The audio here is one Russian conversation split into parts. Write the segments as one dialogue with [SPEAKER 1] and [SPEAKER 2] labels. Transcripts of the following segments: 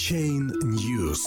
[SPEAKER 1] Chain News.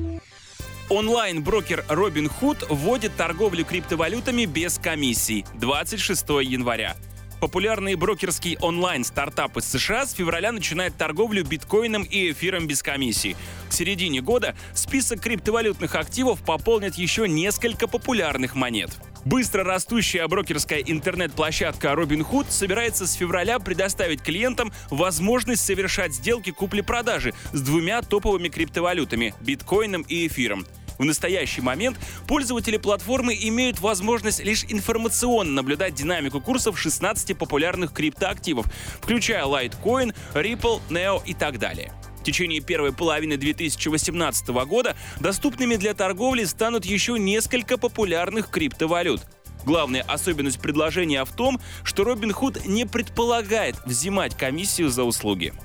[SPEAKER 2] Онлайн-брокер Robinhood вводит торговлю криптовалютами без комиссий 26 января. Популярный брокерский онлайн-стартап из США с февраля начинает торговлю биткоином и эфиром без комиссий. К середине года список криптовалютных активов пополнит еще несколько популярных монет. Быстро растущая брокерская интернет-площадка Robinhood собирается с февраля предоставить клиентам возможность совершать сделки купли-продажи с двумя топовыми криптовалютами – биткоином и эфиром. В настоящий момент пользователи платформы имеют возможность лишь информационно наблюдать динамику курсов 16 популярных криптоактивов, включая Litecoin, Ripple, Neo и так далее. В течение первой половины 2018 года доступными для торговли станут еще несколько популярных криптовалют. Главная особенность предложения в том, что Robinhood не предполагает взимать комиссию за услуги.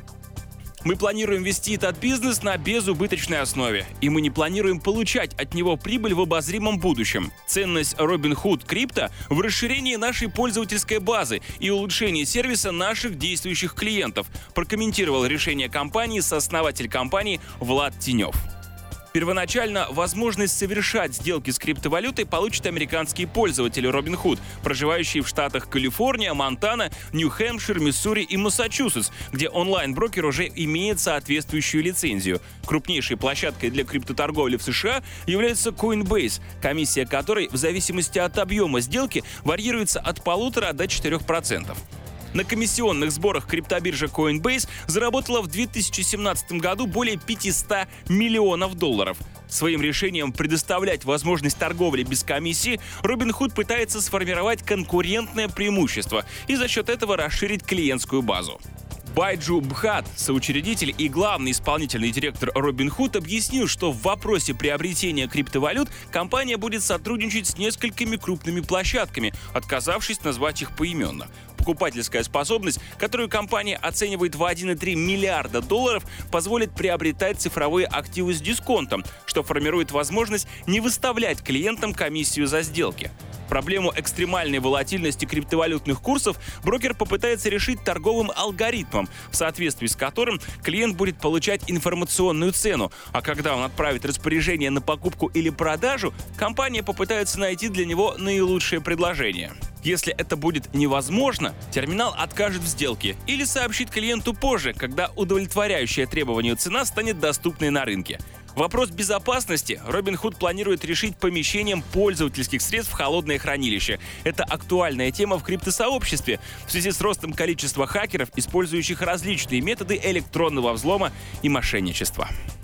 [SPEAKER 2] Мы планируем вести этот бизнес на безубыточной основе, и мы не планируем получать от него прибыль в обозримом будущем. Ценность Robinhood Crypto в расширении нашей пользовательской базы и улучшении сервиса наших действующих клиентов, прокомментировал решение компании сооснователь компании Влад Тенев. Первоначально возможность совершать сделки с криптовалютой получат американские пользователи Robinhood, проживающие в штатах Калифорния, Монтана, Нью-Хэмпшир, Миссури и Массачусетс, где онлайн-брокер уже имеет соответствующую лицензию. Крупнейшей площадкой для криптоторговли в США является Coinbase, комиссия которой в зависимости от объема сделки варьируется от 1,5% до 4%. На комиссионных сборах криптобиржа Coinbase заработала в 2017 году более $500 миллионов. Своим решением предоставлять возможность торговли без комиссии Robinhood пытается сформировать конкурентное преимущество и за счет этого расширить клиентскую базу. Байджу Бхат, соучредитель и главный исполнительный директор Robinhood, объяснил, что в вопросе приобретения криптовалют компания будет сотрудничать с несколькими крупными площадками, отказавшись назвать их поименно. Покупательская способность, которую компания оценивает в $1,3 миллиарда, позволит приобретать цифровые активы с дисконтом, что формирует возможность не выставлять клиентам комиссию за сделки. Проблему экстремальной волатильности криптовалютных курсов брокер попытается решить торговым алгоритмом, в соответствии с которым клиент будет получать информационную цену, а когда он отправит распоряжение на покупку или продажу, компания попытается найти для него наилучшее предложение. Если это будет невозможно, терминал откажет в сделке или сообщит клиенту позже, когда удовлетворяющая требованию цена станет доступной на рынке. Вопрос безопасности Robinhood планирует решить помещением пользовательских средств в холодное хранилище. Это актуальная тема в криптосообществе в связи с ростом количества хакеров, использующих различные методы электронного взлома и мошенничества.